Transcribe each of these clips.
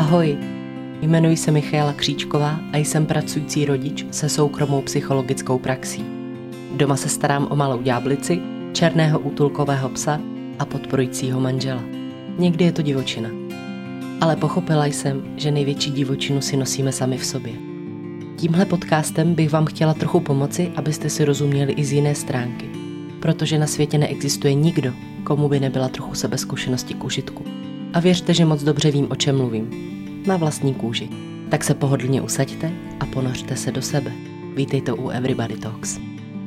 Ahoj, jmenuji se Michaela Kříčková a jsem pracující rodič se soukromou psychologickou praxí. Doma se starám o malou ďáblici, černého útulkového psa a podporujícího manžela. Někdy je to divočina. Ale pochopila jsem, že největší divočinu si nosíme sami v sobě. Tímhle podcastem bych vám chtěla trochu pomoci, abyste si rozuměli i z jiné stránky. Protože na světě neexistuje nikdo, komu by nebyla trochu sebezkušenosti k užitku. A věřte, že moc dobře vím, o čem mluvím. Na vlastní kůži. Tak se pohodlně usaďte a ponořte se do sebe. Vítejte u Everybody Talks.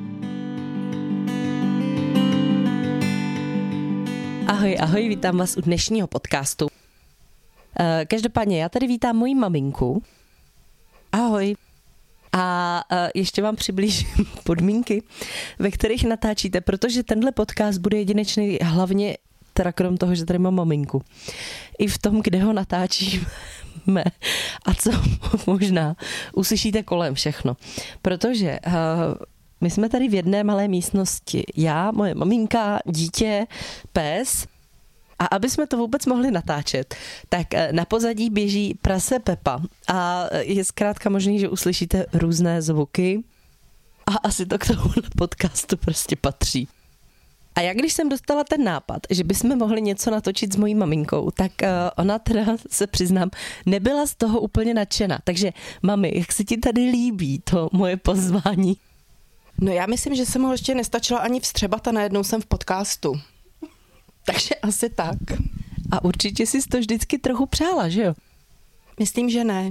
Ahoj, vítám vás u dnešního podcastu. Každopádně já tady vítám moji maminku. Ahoj. A ještě vám přiblížím podmínky, ve kterých natáčíte, protože tenhle podcast bude jedinečný hlavně teda krom toho, že tady mám maminku. I v tom, kde ho natáčíme a co možná uslyšíte kolem všechno. Protože my jsme tady v jedné malé místnosti. Já, moje maminka, dítě, pes. A aby jsme to vůbec mohli natáčet, tak na pozadí běží prase Pepa. A je zkrátka možný, že uslyšíte různé zvuky. A asi to k tomu podcastu prostě patří. A já když jsem dostala ten nápad, že bychom mohli něco natočit s mojí maminkou, tak ona teda, se přiznám, nebyla z toho úplně nadšená. Takže mami, jak se ti tady líbí to moje pozvání? No já myslím, že jsem ho ještě nestačila ani vstřebat a najednou jsem v podcastu. Takže asi tak. A určitě jsi to vždycky trochu přála, že jo? Myslím, že ne.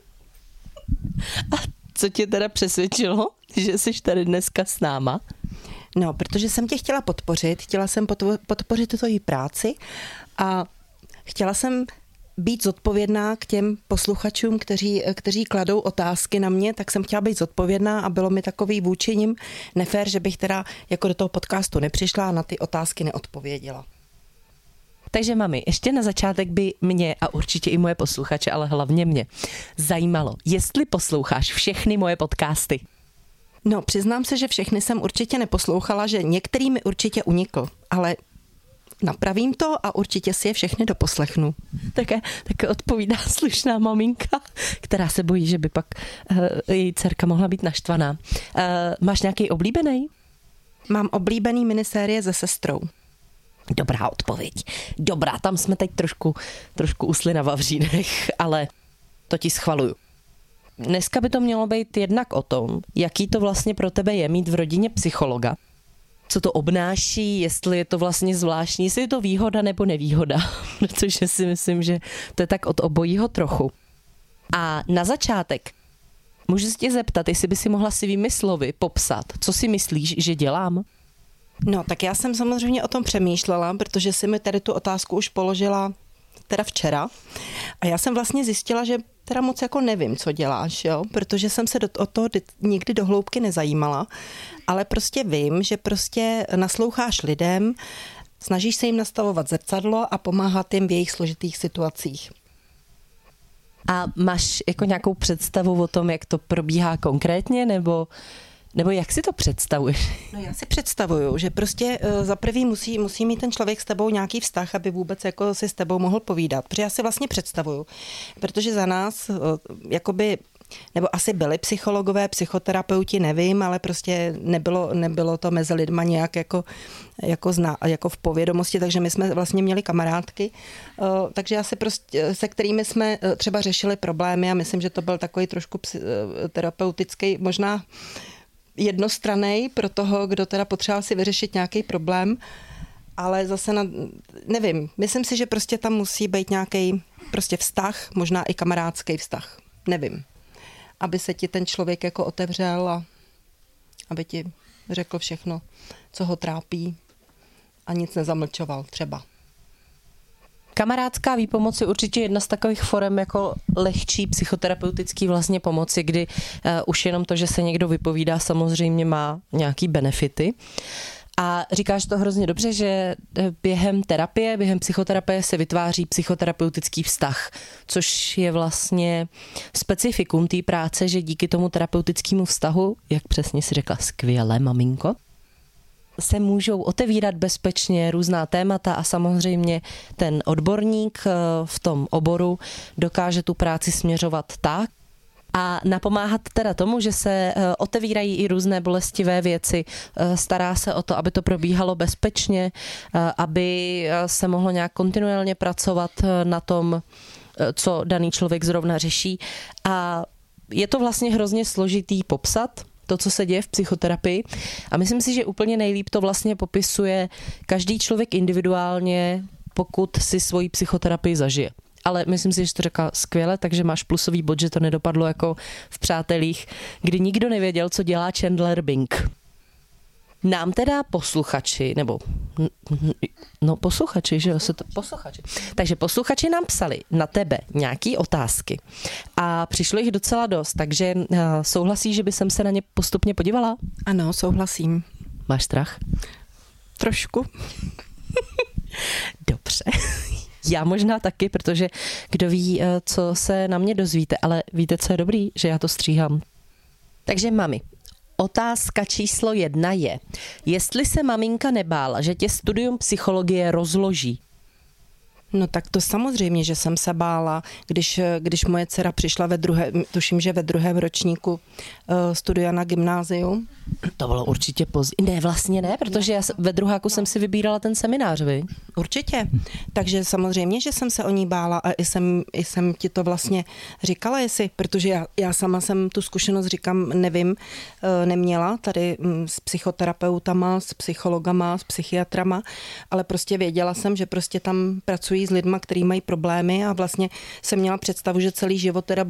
A co tě teda přesvědčilo, že jsi tady dneska s náma? No, protože jsem tě chtěla podpořit, podpořit tvoji práci a chtěla jsem být zodpovědná k těm posluchačům, kteří kladou otázky na mě, tak jsem chtěla být zodpovědná a bylo mi takový vůči nim nefér, že bych teda jako do toho podcastu nepřišla a na ty otázky neodpověděla. Takže mami, ještě na začátek by mě a určitě i moje posluchače, ale hlavně mě zajímalo, jestli posloucháš všechny moje podcasty. No, přiznám se, že všechny jsem určitě neposlouchala, že některý mi určitě unikl, ale napravím to a určitě si je všechny doposlechnu. Také odpovídá slušná maminka, která se bojí, že by pak její dcerka mohla být naštvaná. Máš nějaký oblíbený? Mám oblíbený minisérie se sestrou. Dobrá odpověď. Dobrá, tam jsme teď trošku usli na vavřínech, ale to ti schvaluju. Dneska by to mělo být jednak o tom, jaký to vlastně pro tebe je mít v rodině psychologa. Co to obnáší, jestli je to vlastně zvláštní, jestli je to výhoda nebo nevýhoda, protože si myslím, že to je tak od obojího trochu. A na začátek můžu se tě zeptat, jestli by si mohla svými slovy popsat, co si myslíš, že dělám? No, tak já jsem samozřejmě o tom přemýšlela, protože si mi tady tu otázku už položila teda včera a já jsem vlastně zjistila, že teda moc jako nevím, co děláš, jo? Protože jsem se o to nikdy do hloubky nezajímala, ale prostě vím, že prostě nasloucháš lidem, snažíš se jim nastavovat zrcadlo a pomáhat jim v jejich složitých situacích. A máš jako nějakou představu o tom, jak to probíhá konkrétně, nebo jak si to představuješ? No já si představuju, že prostě za prvý musí mít ten člověk s tebou nějaký vztah, aby vůbec jako si s tebou mohl povídat. Protože já si vlastně představuju, protože za nás jakoby, nebo asi byli psychologové, psychoterapeuti, nevím, ale prostě nebylo to mezi lidma nějak jako v povědomosti, takže my jsme vlastně měli kamarádky, takže já si prostě, se kterými jsme třeba řešili problémy a myslím, že to byl takový trošku terapeutický, možná jednostrannej pro toho, kdo teda potřeboval si vyřešit nějaký problém, ale zase nevím, myslím si, že prostě tam musí být nějaký prostě vztah, možná i kamarádský vztah, nevím, aby se ti ten člověk jako otevřel a aby ti řekl všechno, co ho trápí a nic nezamlčoval třeba. Kamarádská výpomoc je určitě jedna z takových forem jako lehčí psychoterapeutický vlastně pomoci, kdy už jenom to, že se někdo vypovídá, samozřejmě má nějaký benefity. A říkáš to hrozně dobře, že během psychoterapie se vytváří psychoterapeutický vztah, což je vlastně specifikum té práce, že díky tomu terapeutickému vztahu, jak přesně si řekla, skvěle, maminko, se můžou otevírat bezpečně různá témata a samozřejmě ten odborník v tom oboru dokáže tu práci směřovat tak a napomáhat teda tomu, že se otevírají i různé bolestivé věci, stará se o to, aby to probíhalo bezpečně, aby se mohlo nějak kontinuálně pracovat na tom, co daný člověk zrovna řeší. A je to vlastně hrozně složitý popsat, to, co se děje v psychoterapii. A myslím si, že úplně nejlíp to vlastně popisuje každý člověk individuálně, pokud si svoji psychoterapii zažije. Ale myslím si, že to řekla skvěle, takže máš plusový bod, že to nedopadlo jako v Přátelích, kdy nikdo nevěděl, co dělá Chandler Bing. Nám teda posluchači, posluchači, že jo, posluchači. Takže posluchači nám psali na tebe nějaký otázky a přišlo jich docela dost, takže souhlasíš, že by jsem se na ně postupně podívala? Ano, souhlasím. Máš strach? Trošku. Dobře. Já možná taky, protože kdo ví, co se na mě dozvíte, ale víte, co je dobrý, že já to stříhám. Takže mami, otázka číslo 1 je, jestli se maminka nebála, že tě studium psychologie rozloží. No tak to samozřejmě, že jsem se bála, když moje dcera přišla tuším, že ve druhém ročníku studia na gymnáziu. To bylo určitě Ne, vlastně ne, protože já ve druháku jsem si vybírala ten seminář, vy? Určitě. Takže samozřejmě, že jsem se o ní bála a i jsem ti to vlastně říkala, protože já sama jsem tu zkušenost, říkám, neměla tady s psychoterapeutama, s psychologama, s psychiatrama, ale prostě věděla jsem, že prostě tam pracují s lidma, kteří mají problémy a vlastně jsem měla představu, že celý život teda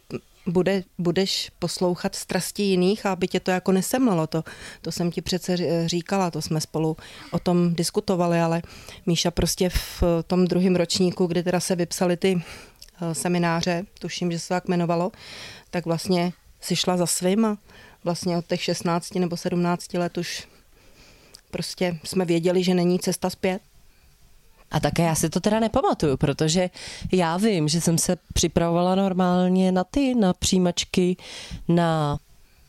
budeš poslouchat strasti jiných a aby tě to jako nesemlelo. To jsem ti přece říkala, to jsme spolu o tom diskutovali, ale Míša prostě v tom druhém ročníku, kdy teda se vypsaly ty semináře, tuším, že se tak jmenovalo, tak vlastně si šla za svým a vlastně od těch 16 nebo 17 let už prostě jsme věděli, že není cesta zpět. A také já si to teda nepamatuju, protože já vím, že jsem se připravovala normálně na přijímačky, na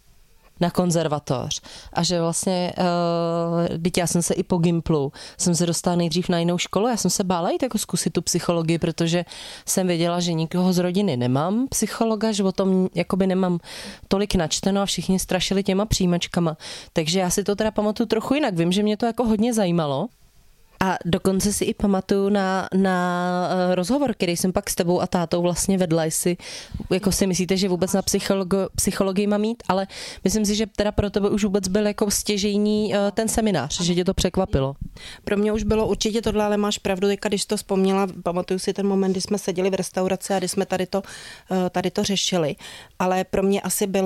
konzervatoř a že vlastně, teď já jsem se i po Gimplu, jsem se dostala nejdřív na jinou školu, já jsem se bála jít jako zkusit tu psychologii, protože jsem věděla, že nikoho z rodiny nemám psychologa, že o tom jakoby nemám tolik načteno a všichni strašili těma přijímačkama, takže já si to teda pamatuju trochu jinak, vím, že mě to jako hodně zajímalo. A dokonce si i pamatuju na rozhovor, který jsem pak s tebou a tátou vlastně vedla, jestli jako si myslíte, že vůbec na psychologii mám jít, ale myslím si, že teda pro tebe už vůbec byl jako stěžejní ten seminář, že tě to překvapilo. Pro mě už bylo určitě tohle, ale máš pravdu, teďka, když to vzpomněla, pamatuju si ten moment, kdy jsme seděli v restauraci a kdy jsme tady to řešili, ale pro mě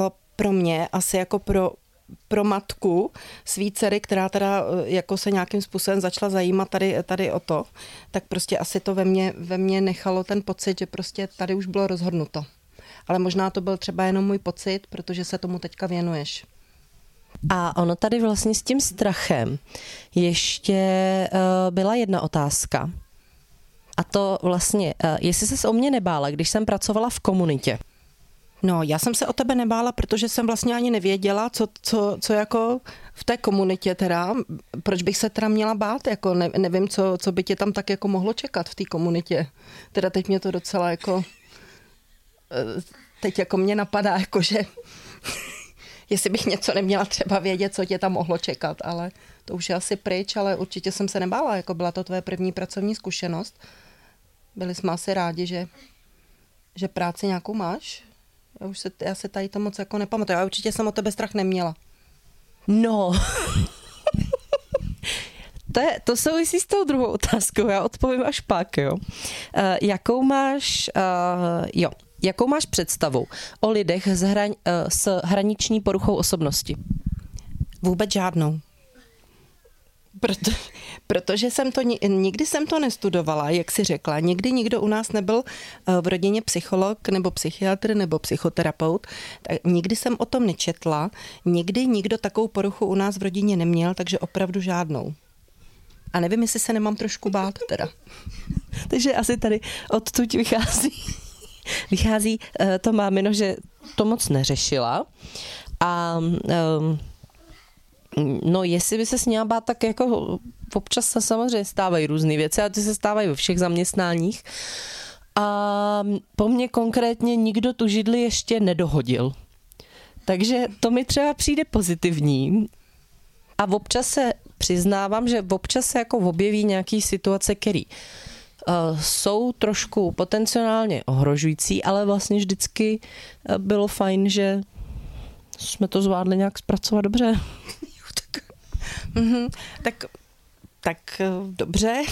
asi jako pro matku svý dcery, která teda jako se nějakým způsobem začala zajímat tady o to, tak prostě asi to ve mně nechalo ten pocit, že prostě tady už bylo rozhodnuto. Ale možná to byl třeba jenom můj pocit, protože se tomu teďka věnuješ. A ono tady vlastně s tím strachem ještě byla jedna otázka. A to vlastně, jestli ses o mě nebála, když jsem pracovala v komunitě. No, já jsem se o tebe nebála, protože jsem vlastně ani nevěděla, co jako v té komunitě teda, proč bych se teda měla bát, jako nevím, co by tě tam tak jako mohlo čekat v té komunitě. Teda teď mě to docela jako, teď jako mě napadá, jakože, jestli bych něco neměla třeba vědět, co tě tam mohlo čekat, ale to už je asi pryč, ale určitě jsem se nebála, jako byla to tvoje první pracovní zkušenost. Byli jsme asi rádi, že práci nějakou máš. Já se tady to moc jako nepamatuju. Já určitě jsem o tebe strach neměla. No. To souvisí s tou druhou otázkou. Já odpovím až pak, jo. Jakou máš představu o lidech s hraniční poruchou osobnosti? Vůbec žádnou. Protože nikdy jsem to nestudovala, jak jsi řekla. Nikdy nikdo u nás nebyl v rodině psycholog nebo psychiatr nebo psychoterapeut. Nikdy jsem o tom nečetla. Nikdy nikdo takovou poruchu u nás v rodině neměl, takže opravdu žádnou. A nevím, jestli se nemám trošku bát teda. Takže asi tady odtud vychází to mámino, že to moc neřešila. A No, jestli by se směla bát, tak jako občas se samozřejmě stávají různé věci a ty se stávají ve všech zaměstnáních. A po mně konkrétně nikdo tu židli ještě nedohodil. Takže to mi třeba přijde pozitivní. A občas se přiznávám, že občas se jako objeví nějaký situace, který jsou trošku potenciálně ohrožující, ale vlastně vždycky bylo fajn, že jsme to zvládli nějak zpracovat dobře. Tak dobře.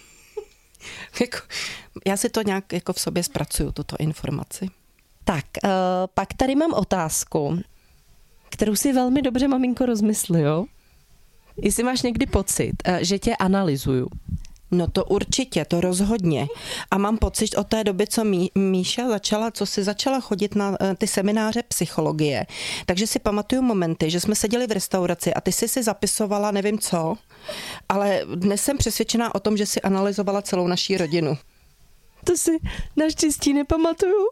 Já si to nějak jako v sobě zpracuju, tuto informaci. Tak, pak tady mám otázku, kterou si velmi dobře, maminko, rozmysli, jo? Jestli máš někdy pocit, že tě analyzuju. No to určitě, to rozhodně. A mám pocit od té doby, co Míša začala chodit na ty semináře psychologie, takže si pamatuju momenty, že jsme seděli v restauraci a ty si zapisovala nevím co, ale dnes jsem přesvědčená o tom, že si analyzovala celou naší rodinu. To si naštěstí nepamatuju.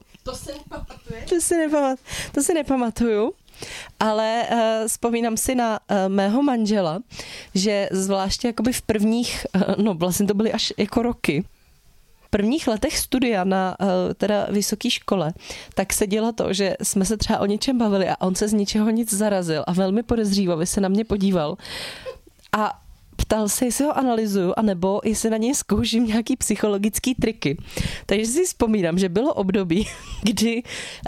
To si nepamatuju. Ale vzpomínám si na mého manžela, že zvláště jakoby v prvních, no vlastně to byly až jako roky, v prvních letech studia na teda vysoké škole, tak se dělo to, že jsme se třeba o něčem bavili a on se z ničeho nic zarazil a velmi podezřívavě se na mě podíval a ptal se, jestli ho analyzuju, anebo jestli na něj zkouším nějaký psychologický triky. Takže si vzpomínám, že bylo období, kdy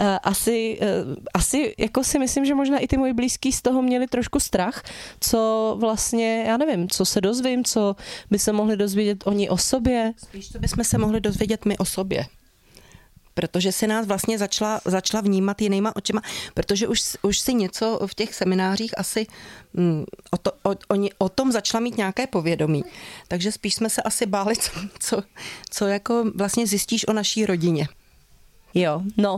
asi jako si myslím, že možná i ty moji blízký z toho měli trošku strach, co vlastně, já nevím, co se dozvím, co by se mohli dozvědět oni o sobě. Spíš, co bychom se mohli dozvědět my o sobě. Protože si nás vlastně začala vnímat jinýma očima, protože už si něco v těch seminářích asi o tom začala mít nějaké povědomí. Takže spíš jsme se asi báli, co jako vlastně zjistíš o naší rodině. Jo, no.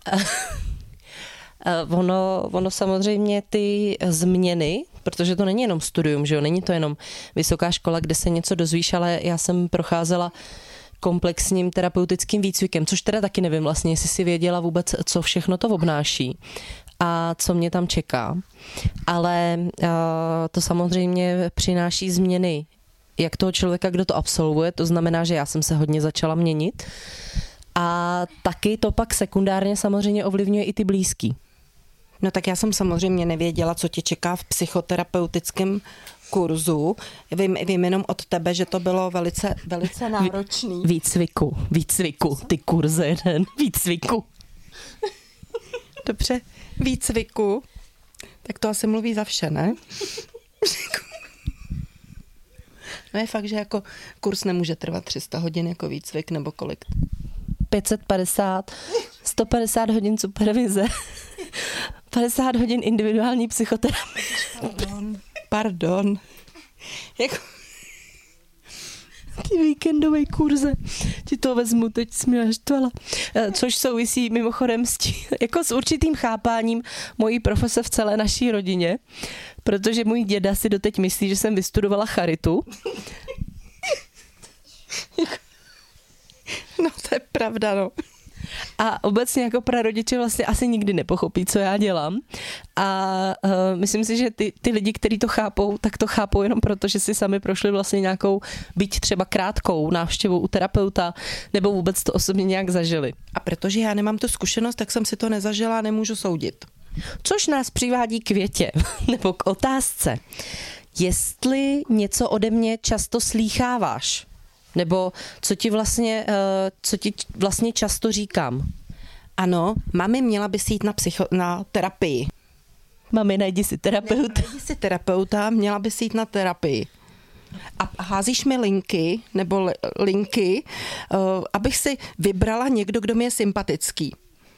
Ono samozřejmě ty změny, protože to není jenom studium, že jo, není to jenom vysoká škola, kde se něco dozvíš, ale já jsem procházela komplexním terapeutickým výcvikem, což teda taky nevím vlastně, jestli si věděla vůbec, co všechno to obnáší a co mě tam čeká. Ale to samozřejmě přináší změny jak toho člověka, kdo to absolvuje, to znamená, že já jsem se hodně začala měnit a taky to pak sekundárně samozřejmě ovlivňuje i ty blízký. No tak já jsem samozřejmě nevěděla, co tě čeká v psychoterapeutickém kurzu. Vím jenom od tebe, že to bylo velice náročný. Výcviku, ty kurze jeden, výcviku. Dobře, výcviku. Tak to asi mluví za vše, ne? No je fakt, že jako kurz nemůže trvat 300 hodin jako výcvik, nebo kolik? 550, 150 hodin supervize, 50 hodin individuální psychoterapie. Pardon. Jako... Ty víkendové kurze. Ti to vezmu, teď jsi mě naštvala. Což souvisí mimochodem jako s určitým chápáním mojí profese v celé naší rodině, protože můj děda si doteď myslí, že jsem vystudovala charitu. No to je pravda, no. A obecně jako prarodiče vlastně asi nikdy nepochopí, co já dělám. A myslím si, že ty lidi, kteří to chápou, tak to chápou jenom proto, že si sami prošli vlastně nějakou, byť třeba krátkou návštěvu u terapeuta, nebo vůbec to osobně nějak zažili. A protože já nemám tu zkušenost, tak jsem si to nezažila a nemůžu soudit. Což nás přivádí k větě, nebo k otázce. Jestli něco ode mě často slýcháváš, nebo co ti vlastně často říkám. Ano, mami, měla bys jít na terapii. Mami, najdi si terapeuta. Najdi si terapeuta, měla bys jít na terapii. A házíš mi linky, abych si vybrala někdo, kdo mi je sympatický.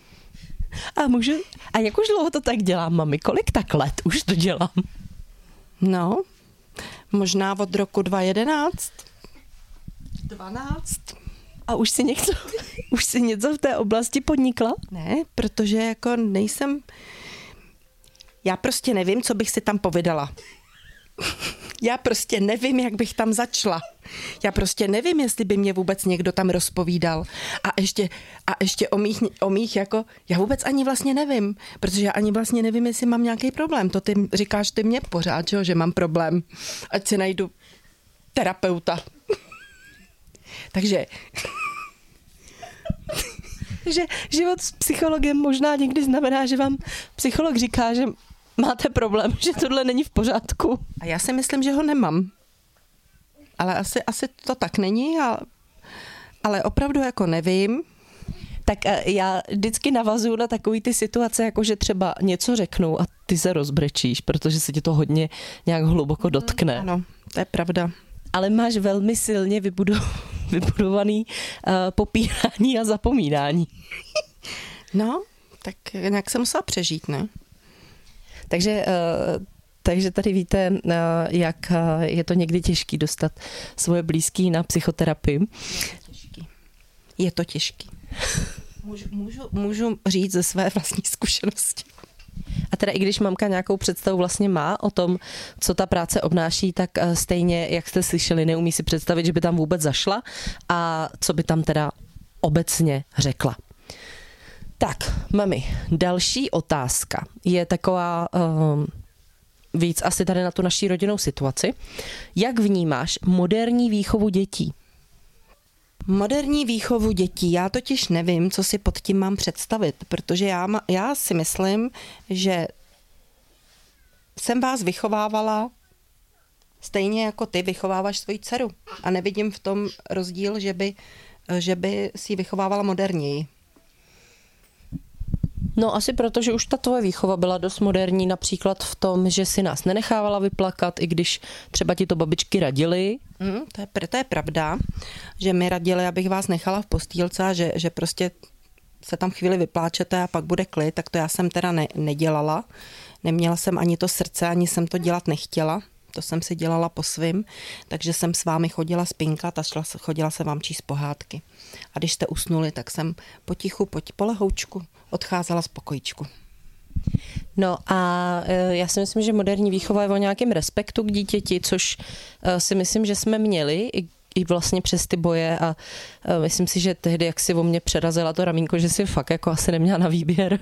A jak už dlouho to tak dělám, mami? Kolik tak let už to dělám? No, možná od roku 2011. 12. A už si něco v té oblasti podnikla? Ne, protože jako nejsem... Já prostě nevím, co bych si tam povídala. Já prostě nevím, jak bych tam začala. Já prostě nevím, jestli by mě vůbec někdo tam rozpovídal. A ještě o mých jako, já vůbec ani vlastně nevím, protože já ani vlastně nevím, jestli mám nějaký problém. To ty říkáš ty mě pořád, že mám problém. Ať si najdu terapeuta. Takže život s psychologem možná někdy znamená, že vám psycholog říká, že máte problém, že tohle není v pořádku. A já si myslím, že ho nemám. Ale asi to tak není, ale opravdu jako nevím. Tak já vždycky navazuju na takový ty situace, jako že třeba něco řeknu a ty se rozbrečíš, protože se ti to hodně nějak hluboko dotkne. Ano, to je pravda. Ale máš velmi silně vybudovaný popírání a zapomínání. No, tak nějak jsem musela přežít, ne? Takže tady víte, jak je to někdy těžký dostat svoje blízký na psychoterapii. Je to těžký. Můžu říct ze své vlastní zkušenosti. A teda i když mamka nějakou představu vlastně má o tom, co ta práce obnáší, tak stejně, jak jste slyšeli, neumí si představit, že by tam vůbec zašla a co by tam teda obecně řekla. Tak, mami, další otázka je taková víc asi tady na tu naší rodinnou situaci. Jak vnímáš moderní výchovu dětí? Moderní výchovu dětí, já totiž nevím, co si pod tím mám představit, protože já si myslím, že jsem vás vychovávala stejně jako ty vychováváš svoji dceru a nevidím v tom rozdíl, že by si ji vychovávala moderněji. No asi proto, že už ta tvoje výchova byla dost moderní, například v tom, že si nás nenechávala vyplakat, i když třeba ti to babičky radily. To je pravda, že mi radili, abych vás nechala v postýlce a že prostě se tam chvíli vypláčete a pak bude klid, tak to já jsem teda nedělala. Neměla jsem ani to srdce, ani jsem to dělat nechtěla. To jsem si dělala po svým, takže jsem s vámi chodila spinkat a chodila se vám číst pohádky. A když jste usnuli, tak jsem potichu, po lehoučku odcházela z pokojíčku. No a já si myslím, že moderní výchova je o nějakém respektu k dítěti, což si myslím, že jsme měli i vlastně přes ty boje a myslím si, že tehdy, jak si o mě přerazila to ramínko, že si fakt jako asi neměla na výběr.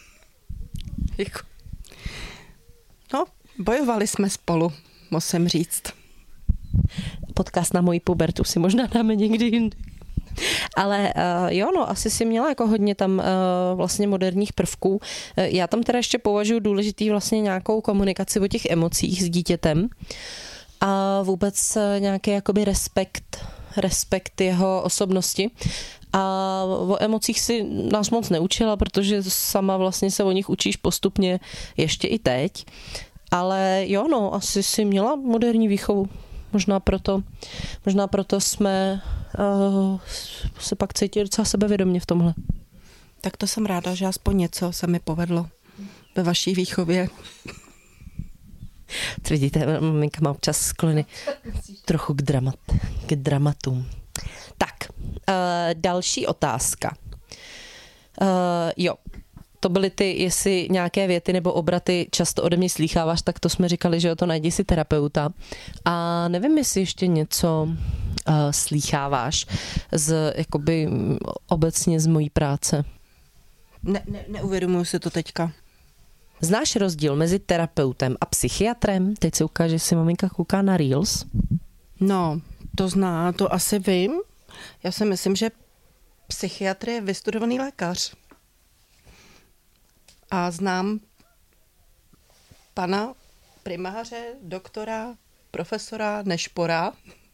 No, bojovali jsme spolu, musím říct. Podcast na moji pubertu si možná dáme někdy jindy. Ale jo, no, asi si měla jako hodně tam vlastně moderních prvků. Já tam teda ještě považuji důležitý vlastně nějakou komunikaci o těch emocích s dítětem a vůbec nějaký jakoby respekt jeho osobnosti. A o emocích si nás moc neučila, protože sama vlastně se o nich učíš postupně ještě i teď. Ale jo, no, asi si měla moderní výchovu. Možná proto jsme se pak cítili docela sebevědomě v tomhle. Tak to jsem ráda, že aspoň něco se mi povedlo ve vaší výchově. Vidíte, maminka má občas sklony trochu k dramatům. Tak, další otázka. Jo, to byly ty, jestli nějaké věty nebo obraty často ode mě slýcháváš, tak to jsme říkali, že to najdi si terapeuta. A nevím, jestli ještě něco slýcháváš jakoby obecně z mojí práce. Neuvědomuji si to teďka. Znáš rozdíl mezi terapeutem a psychiatrem? Teď se ukáže, že si maminka kouká na Reels. No, to asi vím. Já si myslím, že psychiatr je vystudovaný lékař. A znám pana primáře, doktora, profesora Nešpora.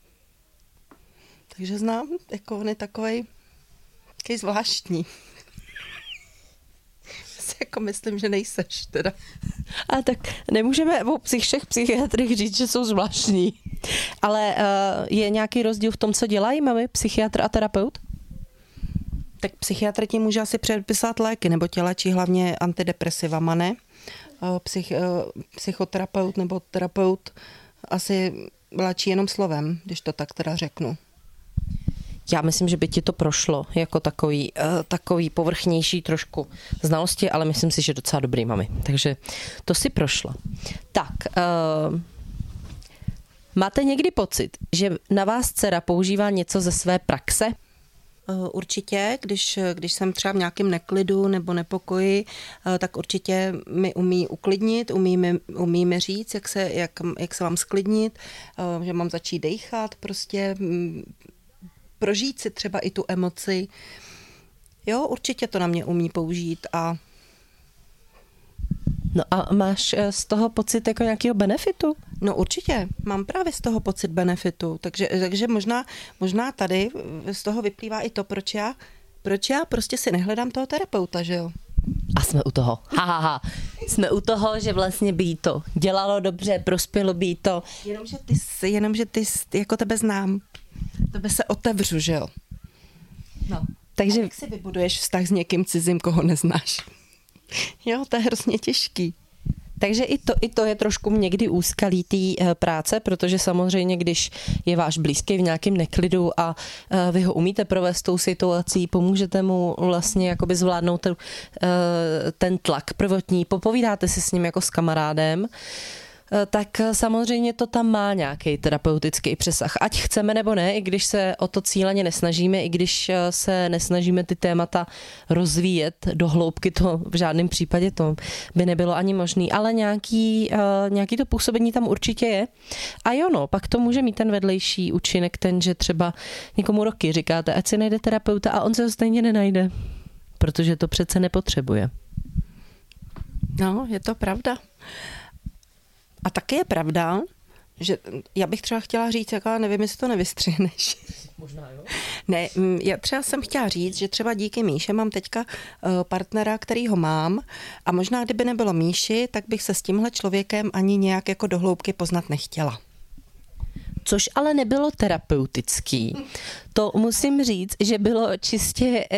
Takže znám, jako on je takový zvláštní. Jako myslím, že nejseš teda. A tak nemůžeme o všech psychiatrech říct, že jsou zvláštní. Ale je nějaký rozdíl v tom, co dělají mami, psychiatr a terapeut? Tak psychiatr ti může asi předpisat léky, nebo tě léčí hlavně antidepresivama, ne? Psychoterapeut nebo terapeut asi léčí jenom slovem, když to tak teda řeknu. Já myslím, že by ti to prošlo jako takový povrchnější trošku znalosti, ale myslím si, že docela dobrý, mami. Takže to si prošla. Tak, Máte někdy pocit, že na vás dcera používá něco ze své praxe? Určitě, když jsem třeba v nějakém neklidu nebo nepokoji, tak určitě mi umí uklidnit, umí mi říct, jak se mám sklidnit, že mám začít dejchat, prostě prožít si třeba i tu emoci. Jo, určitě to na mě umí použít a No a máš z toho pocit jako nějakého benefitu? No určitě, mám právě z toho pocit benefitu, takže možná tady z toho vyplývá i to, proč já prostě si nehledám toho terapeuta, že jo. A jsme u toho. Jsme u toho, že vlastně by jí to dělalo dobře, prospělo by jí to. Jenomže ty, jako tebe znám, tebe se otevřu, že jo. No. Takže jak si vybuduješ vztah s někým cizím, koho neznáš? Jo, to je hrozně těžký. Takže i to je trošku někdy úskalí té práce, protože samozřejmě, když je váš blízký v nějakém neklidu a vy ho umíte provést tou situací, pomůžete mu vlastně jakoby zvládnout ten tlak prvotní, popovídáte si s ním jako s kamarádem, tak samozřejmě to tam má nějaký terapeutický přesah. Ať chceme nebo ne, i když se o to cíleně nesnažíme, i když se nesnažíme ty témata rozvíjet do hloubky, to v žádném případě to by nebylo ani možný, ale nějaký to působení tam určitě je. A jo, no, pak to může mít ten vedlejší účinek, ten, že třeba někomu roky říkáte, ať si najde terapeuta a on se ho stejně nenajde, protože to přece nepotřebuje. No, je to pravda. A taky je pravda, že já bych třeba chtěla říct, jako nevím, jestli to nevystřihneš. Možná jo. Ne, já třeba jsem chtěla říct, že třeba díky Míše mám teďka partnera, který ho mám a možná kdyby nebylo Míši, tak bych se s tímhle člověkem ani nějak jako do hloubky poznat nechtěla. Což ale nebylo terapeutický. To musím říct, že bylo čistě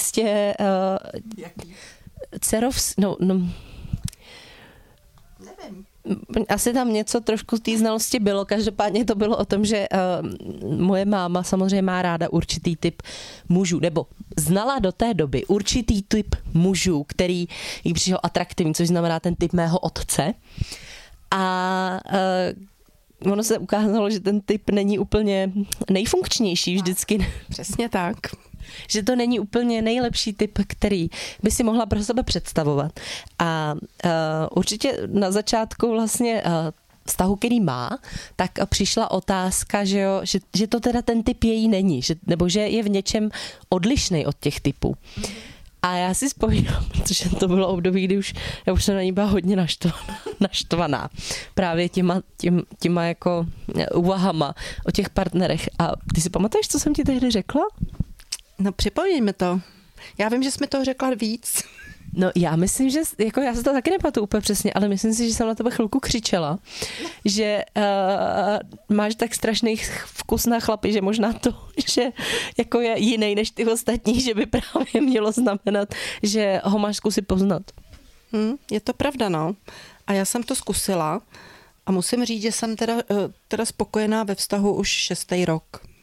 Nevím. Asi tam něco trošku z té znalosti bylo, každopádně to bylo o tom, že moje máma samozřejmě má ráda určitý typ mužů, nebo znala do té doby určitý typ mužů, který jí přišel atraktivní, což znamená ten typ mého otce. A ono se ukázalo, že ten typ není úplně nejfunkčnější vždycky. Přesně tak. Že to není úplně nejlepší typ, který by si mohla pro sebe představovat. A určitě na začátku vlastně vztahu, který má, tak přišla otázka, že to teda ten typ její není, nebo že je v něčem odlišný od těch typů. A já si vzpomínám, protože to bylo období, kdy já už jsem na ní byla hodně naštvaná. Právě těma jako úvahama o těch partnerech. A ty si pamatuješ, co jsem ti tehdy řekla? No připomeň mi to. Já vím, že jsi mi toho řekla víc. No já myslím, že, jako já se to taky nepamatuju úplně přesně, ale myslím si, že jsem na tebe chvilku křičela, že máš tak strašný vkus na chlapy, že možná to, že jako je jiný než ty ostatní, že by právě mělo znamenat, že ho máš zkusit poznat. Je to pravda, no. A já jsem to zkusila a musím říct, že jsem teda spokojená ve vztahu už 6. rok.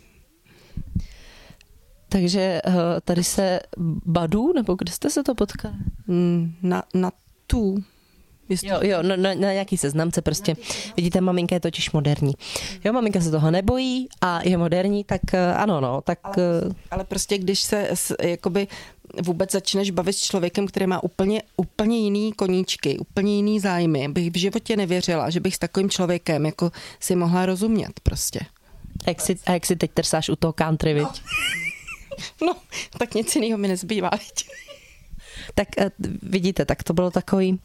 Takže tady se Badu, nebo kde jste se to potkali? Na tu. Jo, na nějaký seznamce prostě. Vidíte, maminka je totiž moderní. Jo, maminka se toho nebojí a je moderní, tak ano, no. Tak... Ale prostě když se jakoby vůbec začneš bavit s člověkem, který má úplně jiný koníčky, úplně jiný zájmy, bych v životě nevěřila, že bych s takovým člověkem jako si mohla rozumět prostě. A jak si teď trsáš u toho country, viď? No, tak nic jiného mi nezbývá, viď? Tak vidíte, tak to bylo takový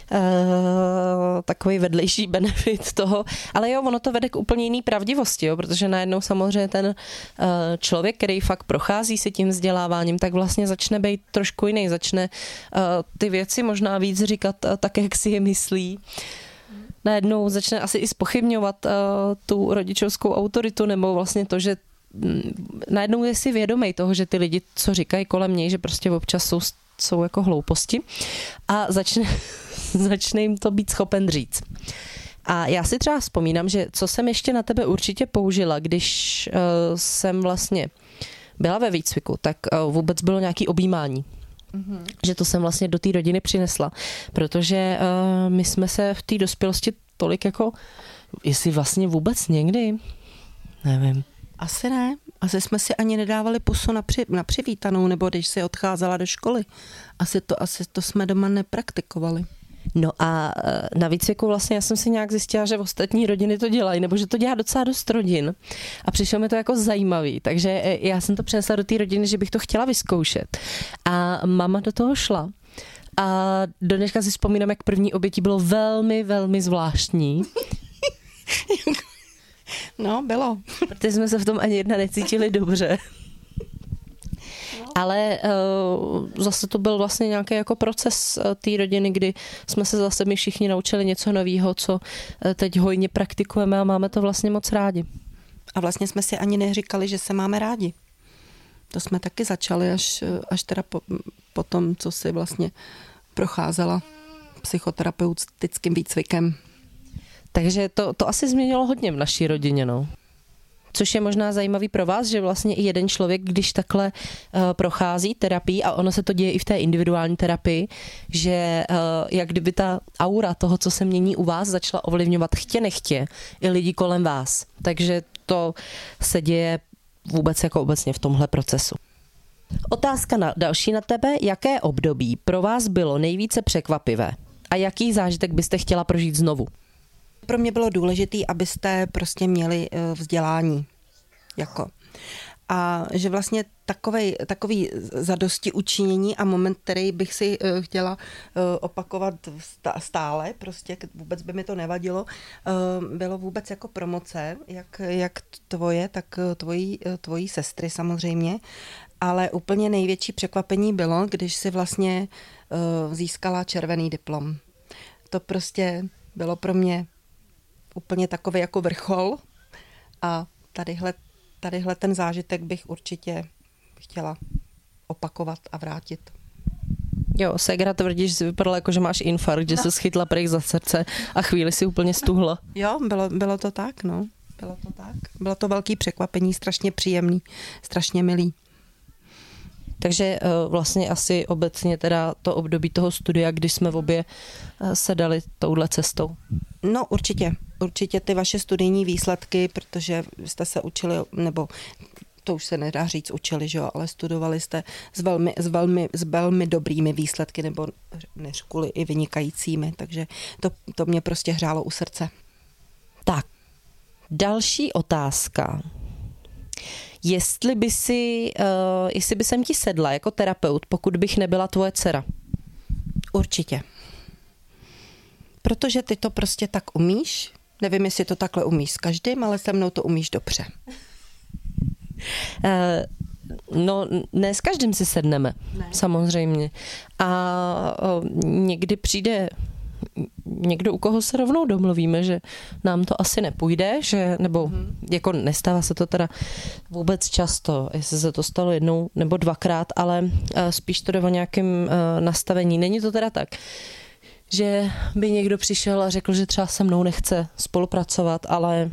vedlejší benefit toho. Ale jo, ono to vede k úplně jiný pravdivosti, jo, protože najednou samozřejmě ten člověk, který fakt prochází si tím vzděláváním, tak vlastně začne být trošku jiný, začne ty věci možná víc říkat tak, jak si je myslí. Najednou začne asi i zpochybňovat tu rodičovskou autoritu, nebo vlastně to, že najednou je si vědomý toho, že ty lidi, co říkají kolem něj, že prostě občas jsou jako hlouposti a začne jim to být schopen říct. A já si třeba vzpomínám, že co jsem ještě na tebe určitě použila, když jsem vlastně byla ve výcviku, tak vůbec bylo nějaké objímání. Že to jsem vlastně do té rodiny přinesla, protože my jsme se v té dospělosti tolik jako, jestli vlastně vůbec někdy, nevím. Asi ne. Asi jsme si ani nedávali pusu na přivítanou, nebo když si odcházela do školy. Asi to jsme doma nepraktikovali. No a na výcviku vlastně já jsem si nějak zjistila, že ostatní rodiny to dělají, nebo že to dělá docela dost rodin. A přišlo mi to jako zajímavý, takže já jsem to přinesla do té rodiny, že bych to chtěla vyzkoušet. A máma do toho šla. A do dneška si vzpomínám, jak první obětí bylo velmi, velmi zvláštní. No, bylo. Protože jsme se v tom ani jedna necítili dobře. No. Ale zase to byl vlastně nějaký jako proces té rodiny, kdy jsme se zase my všichni naučili něco nového, co teď hojně praktikujeme a máme to vlastně moc rádi. A vlastně jsme si ani neříkali, že se máme rádi. To jsme taky začali až teda po tom, co si vlastně procházela psychoterapeutickým výcvikem. Takže to asi změnilo hodně v naší rodině, no. Což je možná zajímavý pro vás, že vlastně i jeden člověk, když takhle prochází terapii, a ono se to děje i v té individuální terapii, že jak kdyby ta aura toho, co se mění u vás, začala ovlivňovat chtě nechtě i lidi kolem vás. Takže to se děje vůbec jako obecně v tomhle procesu. Otázka další na tebe. Jaké období pro vás bylo nejvíce překvapivé? A jaký zážitek byste chtěla prožít znovu? Pro mě bylo důležité, abyste prostě měli vzdělání. A že vlastně takový zadosti učinění a moment, který bych si chtěla opakovat stále, prostě vůbec by mi to nevadilo, bylo vůbec jako promoce, jak tvoje, tak tvojí sestry samozřejmě, ale úplně největší překvapení bylo, když si vlastně získala červený diplom. To prostě bylo pro mě úplně takový jako vrchol a tadyhle ten zážitek bych určitě chtěla opakovat a vrátit. Jo, ségra tvrdí, že jsi vypadala jako, že máš infarkt, že se schytla pryč za srdce a chvíli si úplně stuhla. Jo, bylo to tak, no. Bylo to tak. Bylo to velký překvapení, strašně příjemný, strašně milý. Takže vlastně asi obecně teda to období toho studia, kdy jsme obě se dali touhle cestou. No určitě ty vaše studijní výsledky, protože jste se učili, nebo to už se nedá říct učili, že jo, ale studovali jste s velmi dobrými výsledky, nebo neřkuli i vynikajícími, takže to mě prostě hřálo u srdce. Tak, další otázka. Jestli by jsem ti sedla jako terapeut, pokud bych nebyla tvoje dcera? Určitě. Protože ty to prostě tak umíš. Nevím, jestli to takhle umíš s každým, ale se mnou to umíš dobře. No, ne s každým si sedneme, ne. Samozřejmě. A někdy přijde někdo, u koho se rovnou domluvíme, že nám to asi nepůjde, že, nebo jako nestává se to teda vůbec často, jestli se to stalo jednou nebo dvakrát, ale spíš to jde o nějakém nastavení. Není to teda tak, že by někdo přišel a řekl, že třeba se mnou nechce spolupracovat, ale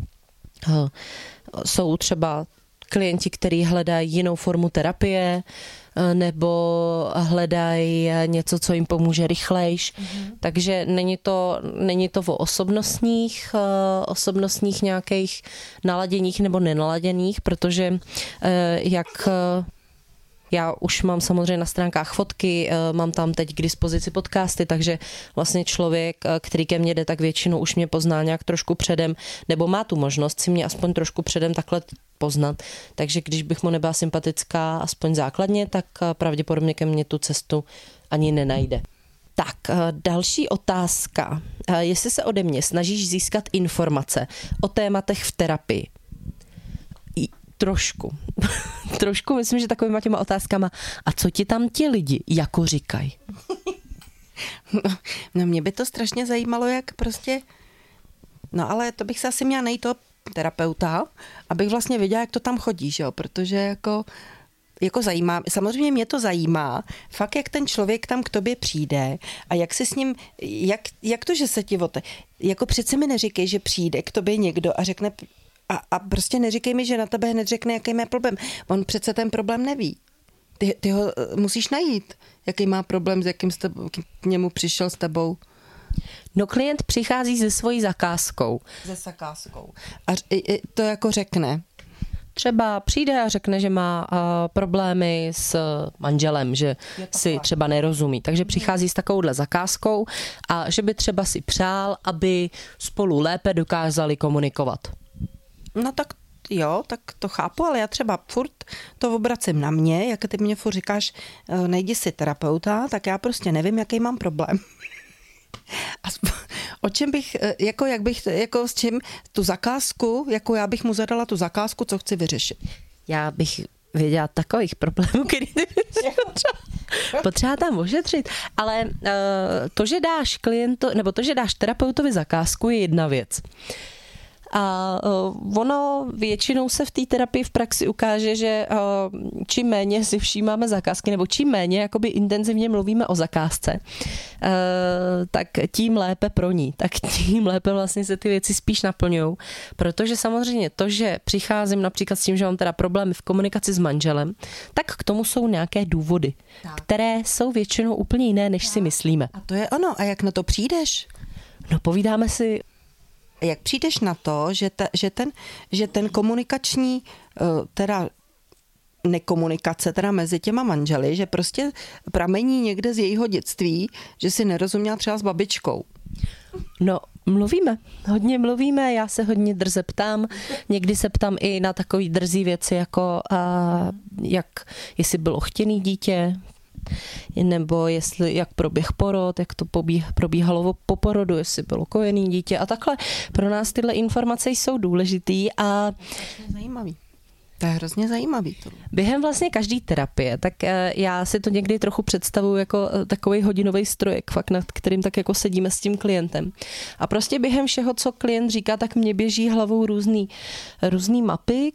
jsou třeba klienti, kteří hledají jinou formu terapie, nebo hledají něco, co jim pomůže rychlejš. Takže není to o osobnostních nějakých naladěních nebo nenaladěných, protože jak já už mám samozřejmě na stránkách fotky, mám tam teď k dispozici podcasty, takže vlastně člověk, který ke mně jde, tak většinou už mě pozná nějak trošku předem, nebo má tu možnost si mě aspoň trošku předem takhle poznat. Takže když bych mu nebyla sympatická aspoň základně, tak pravděpodobně ke mně tu cestu ani nenajde. Tak, další otázka. Jestli se ode mě snažíš získat informace o tématech v terapii? Trošku, myslím, že takovýma těma otázkama. A co ti tam ti lidi jako říkají? No mě by to strašně zajímalo, jak prostě... No ale to bych se asi měla najít toho terapeuta, abych vlastně věděla, jak to tam chodí, že jo? Protože jako zajímá, samozřejmě mě to zajímá, fakt jak ten člověk tam k tobě přijde a jak si s ním, jak to, že se ti jako přece mi neříkej, že přijde k tobě někdo a řekne a prostě neříkej mi, že na tebe hned řekne, jaký má problém. On přece ten problém neví. Ty ho musíš najít, jaký má problém, s jakým k němu přišel s tebou. No klient přichází se svojí zakázkou. Se zakázkou. A to jako řekne. Třeba přijde a řekne, že má problémy s manželem, že si třeba nerozumí. Takže přichází s takovouhle zakázkou a že by třeba si přál, aby spolu lépe dokázali komunikovat. No tak jo, tak to chápu, ale já třeba furt to obracím na mě, jak ty mě furt říkáš, najdi si terapeuta, tak já prostě nevím, jaký mám problém. A o čem bych, jako s čím tu zakázku, jako já bych mu zadala tu zakázku, co chci vyřešit. Já bych věděla takových problémů, který potřeba tam ošetřit, ale to, že dáš klientu, nebo to, že dáš terapeutovi zakázku, je jedna věc. A ono většinou se v té terapii v praxi ukáže, že čím méně si všímáme zakázky, nebo čím méně jakoby intenzivně mluvíme o zakázce, tak tím lépe pro ní, tak tím lépe vlastně se ty věci spíš naplňují. Protože samozřejmě to, že přicházím například s tím, že mám teda problémy v komunikaci s manželem, tak k tomu jsou nějaké důvody, které jsou většinou úplně jiné, než si myslíme. A to je ono. A jak na to přijdeš? No povídáme si. Jak přijdeš na to, že ten komunikační, teda nekomunikace teda mezi těma manželi, že prostě pramení někde z jejího dětství, že si nerozuměla třeba s babičkou? No, hodně mluvíme, já se hodně drze ptám, někdy se ptám i na takový drzý věci, jako jestli bylo chtěný dítě, nebo jak proběh porod, jak to probíhalo po porodu, jestli bylo kojený dítě a takhle. Pro nás tyhle informace jsou důležitý a zajímavý. To je hrozně zajímavý. Během vlastně každé terapie, tak já si to někdy trochu představuji jako takový hodinový strojek, fakt nad kterým tak jako sedíme s tím klientem. A prostě během všeho, co klient říká, tak mě běží hlavou různý mapy,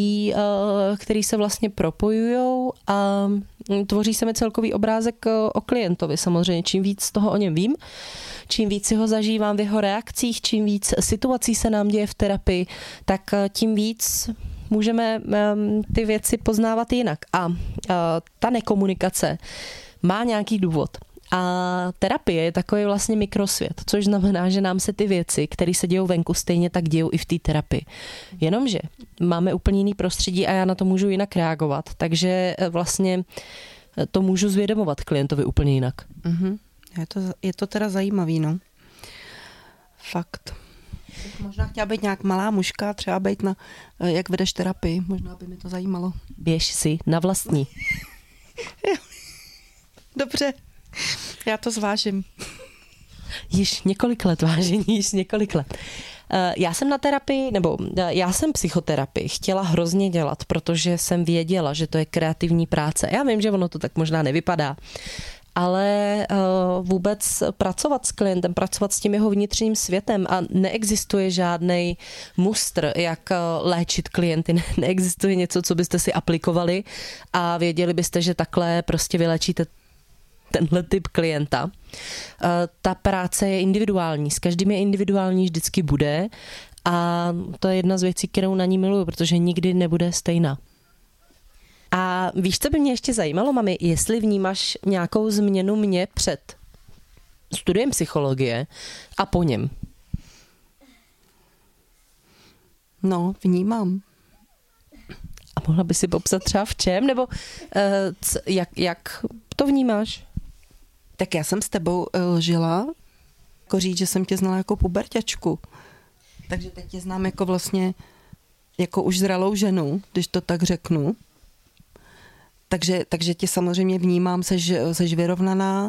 který se vlastně propojujou a tvoří se mi celkový obrázek o klientovi. Samozřejmě, čím víc toho o něm vím, čím víc si ho zažívám v jeho reakcích, čím víc situací se nám děje v terapii, tak tím víc můžeme ty věci poznávat jinak. A ta nekomunikace má nějaký důvod. A terapie je takový vlastně mikrosvět, což znamená, že nám se ty věci, které se dějou venku, stejně tak dějou i v té terapii. Jenomže máme úplně jiný prostředí a já na to můžu jinak reagovat. Takže vlastně to můžu zvědomovat klientovi úplně jinak. Mm-hmm. Je to teda zajímavý, no. Fakt. Možná chtěla být nějak malá mužka, třeba být na, jak vedeš terapii, možná by mi to zajímalo. Běž si na vlastní. Dobře, já to zvážím. Již několik let, vážení, již několik let. Já jsem na terapii, nebo já jsem psychoterapii chtěla hrozně dělat, protože jsem věděla, že to je kreativní práce. Já vím, že ono to tak možná nevypadá, ale vůbec pracovat s klientem, pracovat s tím jeho vnitřním světem a neexistuje žádnej mustr, jak léčit klienty, neexistuje něco, co byste si aplikovali a věděli byste, že takhle prostě vylečíte tenhle typ klienta. Ta práce je individuální, s každým je individuální, vždycky bude a to je jedna z věcí, kterou na ní miluju, protože nikdy nebude stejná. A víš, co by mě ještě zajímalo, mami, jestli vnímáš nějakou změnu mě před studiem psychologie a po něm? No, vnímám. A mohla by si popsat třeba v čem? Nebo jak to vnímáš? Tak já jsem s tebou žila, jako říct, že jsem tě znala jako puberťačku. Takže teď tě znám jako vlastně, jako už zralou ženu, když to tak řeknu. Takže tě samozřejmě vnímám, seš vyrovnaná.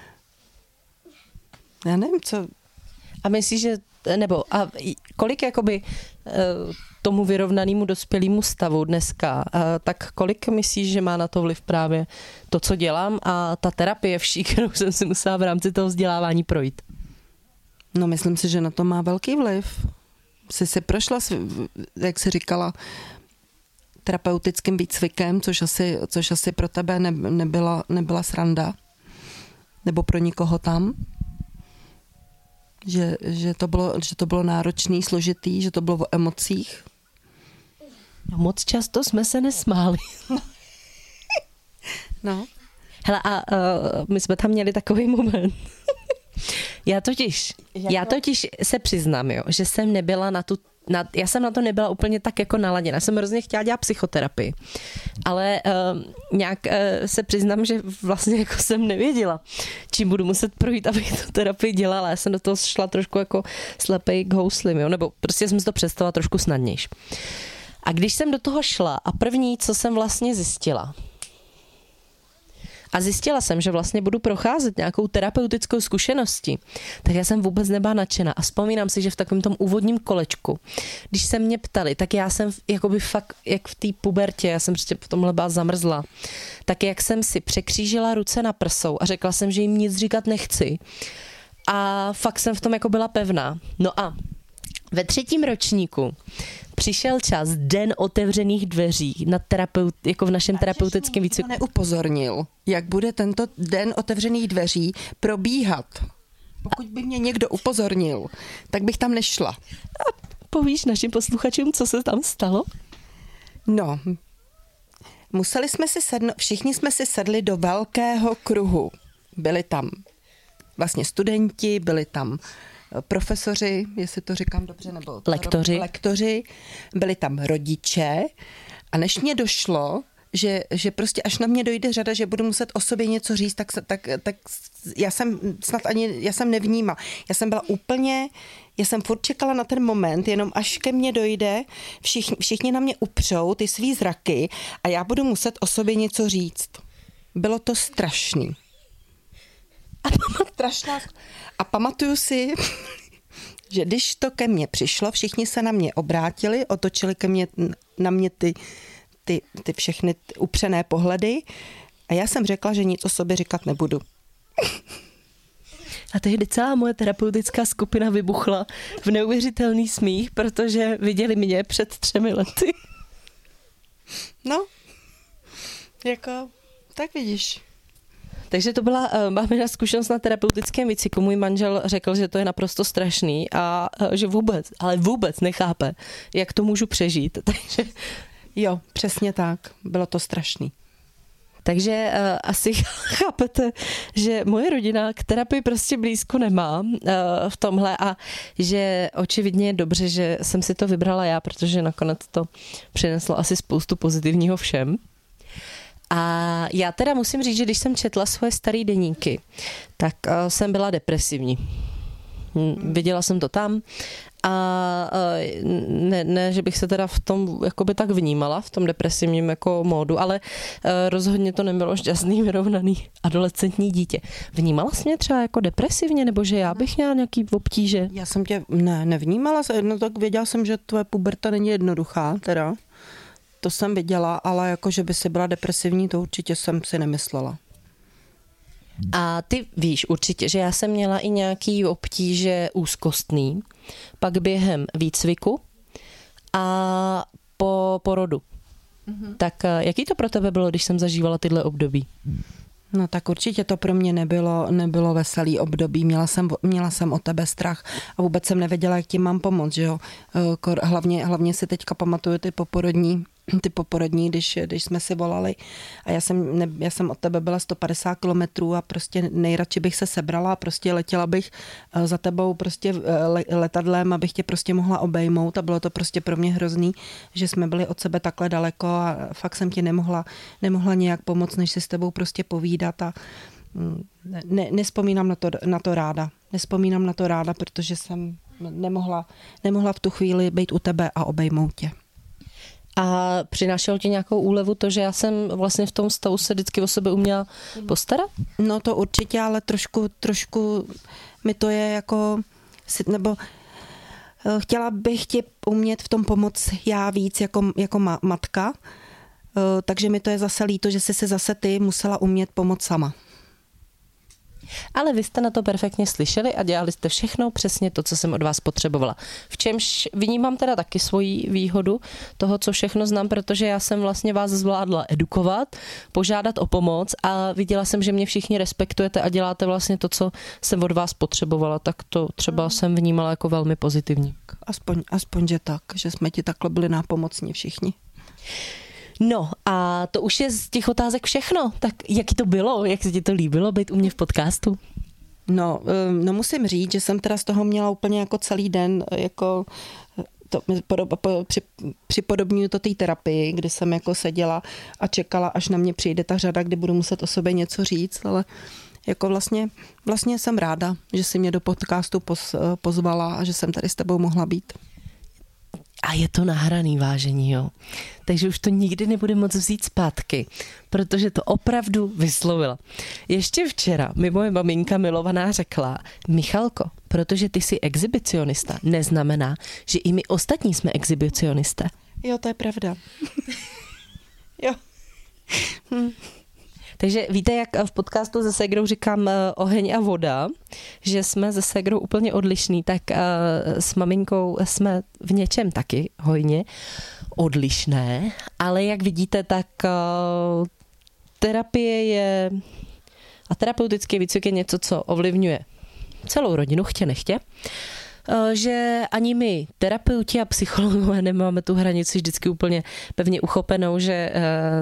Já nevím, co... A myslíš, že, nebo a kolik jakoby tomu vyrovnanému dospělému stavu dneska, tak kolik myslíš, že má na to vliv právě to, co dělám a ta terapie vší, kterou jsem si musela v rámci toho vzdělávání projít? No myslím si, že na to má velký vliv. Jsi si prošla, jak jsi říkala, terapeutickým výcvikem, což asi pro tebe nebyla sranda. Nebo pro nikoho tam. Že to bylo náročný, složitý, že to bylo o emocích. No, moc často jsme se nesmáli. No. Hele, a my jsme tam měli takový moment. Já totiž se přiznám, jo, že jsem nebyla já jsem na to nebyla úplně tak jako naladěna. Jsem hrozně chtěla dělat psychoterapii, ale nějak se přiznám, že vlastně jako jsem nevěděla, čím budu muset projít, abych tu terapii dělala. Já jsem do toho šla trošku jako slepej k houslim, jo, nebo prostě jsem si to představila trošku snadnější. A když jsem do toho šla a první, co jsem vlastně zjistila jsem, že vlastně budu procházet nějakou terapeutickou zkušeností, tak já jsem vůbec nebyla nadšená. A vzpomínám si, že v takovém tom úvodním kolečku, když se mě ptali, tak já jsem jakoby fakt, jak v té pubertě, já jsem prostě v tomhle byla zamrzla, tak jak jsem si překřížila ruce na prsou a řekla jsem, že jim nic říkat nechci. A fakt jsem v tom jako byla pevná. No a ve 3. ročníku přišel čas Den otevřených dveří jako v našem terapeutickém výcviku. Neupozornil, jak bude tento Den otevřených dveří probíhat. Pokud by mě někdo upozornil, tak bych tam nešla. A povíš našim posluchačům, co se tam stalo? No, museli jsme si všichni jsme si sedli do velkého kruhu. Byli tam vlastně studenti, byli tam profesoři, jestli to říkám dobře, nebo lektoři, byli tam rodiče a než mě došlo, že prostě až na mě dojde řada, že budu muset o sobě něco říct, tak já jsem nevnímala. Já jsem furt čekala na ten moment, jenom až ke mně dojde, všichni na mě upřou ty svý zraky a já budu muset o sobě něco říct. Bylo to strašný. A pamatuju si, že když to ke mně přišlo, všichni se na mě obrátili, otočili na mě ty všechny upřené pohledy a já jsem řekla, že nic o sobě říkat nebudu. A tehdy celá moje terapeutická skupina vybuchla v neuvěřitelný smích, protože viděli mě před 3 lety. No, jako, tak vidíš. Takže to byla mámina zkušenost na terapeutickém výcviku. Můj manžel řekl, že to je naprosto strašný a že vůbec nechápe, jak to můžu přežít. Takže jo, přesně tak. Bylo to strašný. Takže asi chápete, že moje rodina k terapii prostě blízko nemá v tomhle a že očividně je dobře, že jsem si to vybrala já, protože nakonec to přineslo asi spoustu pozitivního všem. A já teda musím říct, že když jsem četla svoje staré deníky, tak jsem byla depresivní. Viděla jsem to tam a ne, že bych se teda v tom jakoby tak vnímala, v tom depresivním jako módu, ale rozhodně to nebylo šťastný, vyrovnaný adolescentní dítě. Vnímala jsi mě třeba jako depresivně, nebo že já bych měla nějaký obtíže? Já jsem tě nevnímala, no tak věděla jsem, že tvoje puberta není jednoduchá teda. To jsem viděla, ale jako, že by si byla depresivní, to určitě jsem si nemyslela. A ty víš určitě, že já jsem měla i nějaký obtíže úzkostný, pak během výcviku a po porodu. Mm-hmm. Tak jaký to pro tebe bylo, když jsem zažívala tyhle období? No tak určitě to pro mě nebylo veselý období. Měla jsem o tebe strach a vůbec jsem nevěděla, jak ti mám pomoct, že jo. Hlavně si teďka pamatuju ty poporodní, když jsme si volali a já jsem od tebe byla 150 kilometrů a prostě nejradši bych se sebrala a prostě letěla bych za tebou prostě letadlem, abych tě prostě mohla obejmout a bylo to prostě pro mě hrozný, že jsme byli od sebe takhle daleko a fakt jsem ti nemohla nějak pomoct, než si s tebou prostě povídat a nespomínám na to ráda. Nespomínám na to ráda, protože jsem nemohla v tu chvíli být u tebe a obejmout tě. A přinášelo ti nějakou úlevu to, že já jsem vlastně v tom stavu se vždycky o sebe uměla postarat? No to určitě, ale trošku mi to je jako, nebo chtěla bych ti umět v tom pomoct já víc jako matka, takže mi to je zase líto, že jsi se zase ty musela umět pomoct sama. Ale vy jste na to perfektně slyšeli a dělali jste všechno přesně to, co jsem od vás potřebovala. V čemž vnímám teda taky svoji výhodu toho, co všechno znám, protože já jsem vlastně vás zvládla edukovat, požádat o pomoc a viděla jsem, že mě všichni respektujete a děláte vlastně to, co jsem od vás potřebovala, tak to třeba jsem vnímala jako velmi pozitivní. Aspoň, že tak, že jsme ti takhle byli nápomocní všichni. No a to už je z těch otázek všechno. Tak jaký to bylo? Jak se ti to líbilo být u mě v podcastu? No musím říct, že jsem teda z toho měla úplně jako celý den, jako připodobňuji to té terapii, kdy jsem jako seděla a čekala, až na mě přijde ta řada, kdy budu muset o sobě něco říct, ale jako vlastně jsem ráda, že jsi mě do podcastu pozvala a že jsem tady s tebou mohla být. A je to nahraný, vážení, jo. Takže už to nikdy nebude moc vzít zpátky, protože to opravdu vyslovila. Ještě včera mi moje maminka milovaná řekla: Michalko, protože ty jsi exhibicionista, neznamená, že i my ostatní jsme exhibicionisté. Jo, to je pravda. Jo. Takže víte, jak v podcastu se ségrou říkám oheň a voda, že jsme se ségrou úplně odlišní, tak s maminkou jsme v něčem taky hojně odlišné, ale jak vidíte, tak terapie je a terapeutický výcvik je něco, co ovlivňuje celou rodinu, chtě nechtě, že ani my terapeuti a psychologové nemáme tu hranici vždycky úplně pevně uchopenou, že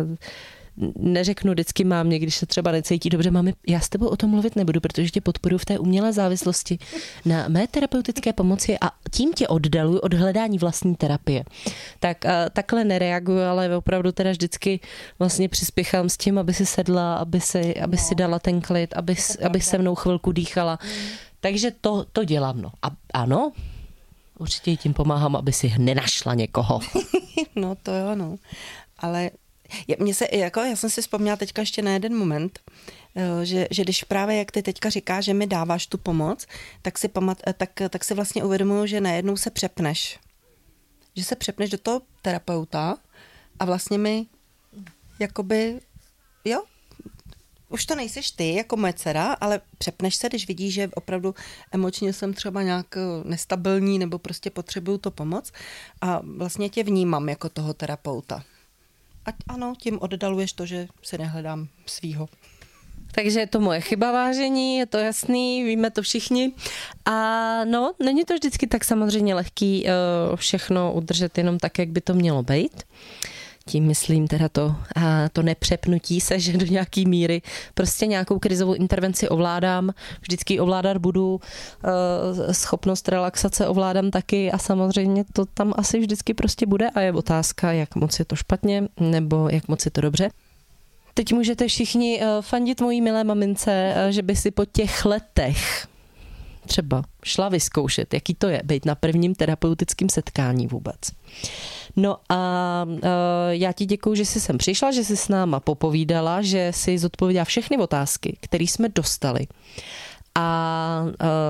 neřeknu vždycky mámě, když se třeba necítí dobře, mami, já s tebou o tom mluvit nebudu, protože tě podporuji v té umělé závislosti na mé terapeutické pomoci a tím tě oddaluji od hledání vlastní terapie. Tak takhle nereaguju, ale opravdu teda vždycky vlastně přispěchám s tím, aby si sedla, aby si dala ten klid, aby se mnou chvilku dýchala. Takže to dělám, no. A ano, určitě tím pomáhám, aby si nenašla někoho. No to jo, no. Ale já jsem si vzpomněla teďka ještě na jeden moment, že když právě jak ty teďka říkáš, že mi dáváš tu pomoc, tak si vlastně uvědomuju, že najednou se přepneš. Že se přepneš do toho terapeuta a vlastně mi jakoby, jo, už to nejseš ty jako moje dcera, ale přepneš se, když vidíš, že opravdu emočně jsem třeba nějak nestabilní nebo prostě potřebuju to pomoc a vlastně tě vnímám jako toho terapeuta. A ano, tím oddaluješ to, že si nehledám svýho. Takže je to moje chyba, vážení, je to jasný, víme to všichni. A no, není to vždycky tak samozřejmě lehký všechno udržet jenom tak, jak by to mělo být. Tím myslím teda to nepřepnutí se, že do nějaký míry prostě nějakou krizovou intervenci ovládám, vždycky ovládat budu, schopnost relaxace ovládám taky a samozřejmě to tam asi vždycky prostě bude a je otázka, jak moc je to špatně nebo jak moc je to dobře. Teď můžete všichni fandit mojí milé mamince, že by si po těch letech třeba šla vyzkoušet, jaký to je být na prvním terapeutickém setkání vůbec. No a já ti děkuju, že jsi sem přišla, že jsi s náma popovídala, že jsi zodpověděla všechny otázky, které jsme dostali. A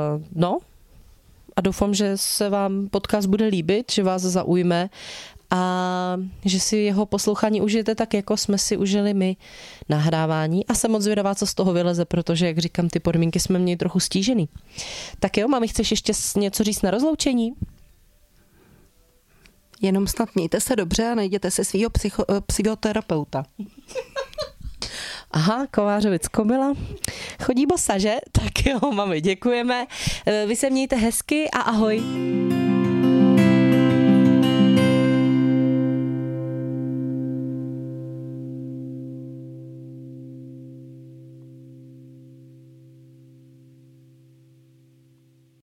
doufám, že se vám podcast bude líbit, že vás zaujme a že si jeho poslouchání užijete tak, jako jsme si užili my nahrávání a jsem moc zvědavá, co z toho vyleze, protože, jak říkám, ty podmínky jsme měli trochu stížený. Tak jo, mami, chceš ještě něco říct na rozloučení? Jenom snad mějte se dobře a najděte si svýho psychoterapeuta. Aha, Kovářovic Komila. Chodí bosa, že? Tak jo, mami, děkujeme. Vy se mějte hezky a ahoj.